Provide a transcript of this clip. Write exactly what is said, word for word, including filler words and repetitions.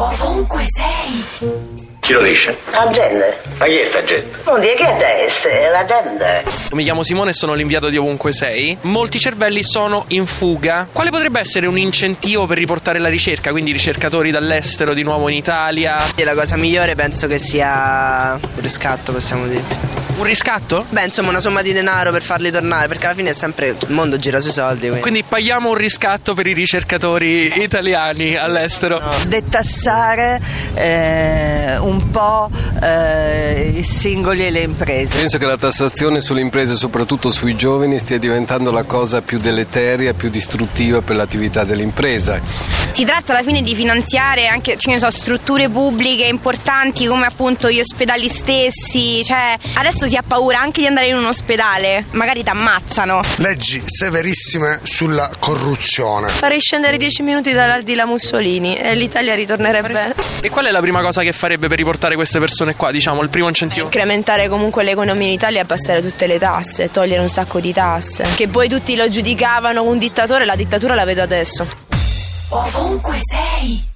Ovunque sei. Chi lo dice? La gente. Ma chi è sta gente? Non dire che adesso è la gente. Mi chiamo Simone e sono l'inviato di Ovunque Sei. Molti cervelli sono in fuga. Quale potrebbe essere un incentivo per riportare la ricerca? Quindi ricercatori dall'estero di nuovo in Italia. E la cosa migliore penso che sia un riscatto, possiamo dire. Un riscatto? Beh, insomma, una somma di denaro per farli tornare, perché alla fine è sempre il mondo gira sui soldi. Quindi, quindi paghiamo un riscatto per i ricercatori italiani all'estero. No. Detassare eh, un po' eh, i singoli e le imprese. Penso che la tassazione sulle imprese, soprattutto sui giovani, stia diventando la cosa più deleteria, più distruttiva per l'attività dell'impresa. Si tratta alla fine di finanziare anche, ce ne so, strutture pubbliche importanti come appunto gli ospedali stessi. Cioè, adesso si ha paura anche di andare in un ospedale, magari ti ammazzano. Leggi severissime sulla corruzione. Farei scendere dieci minuti dall'Aldila Mussolini e l'Italia ritornerebbe. E qual è la prima cosa che farebbe per riportare queste persone qua, diciamo, il primo incentivo? Incrementare comunque l'economia in Italia e abbassare tutte le tasse, togliere un sacco di tasse. Che poi tutti lo giudicavano un dittatore, la dittatura la vedo adesso. Ovunque sei.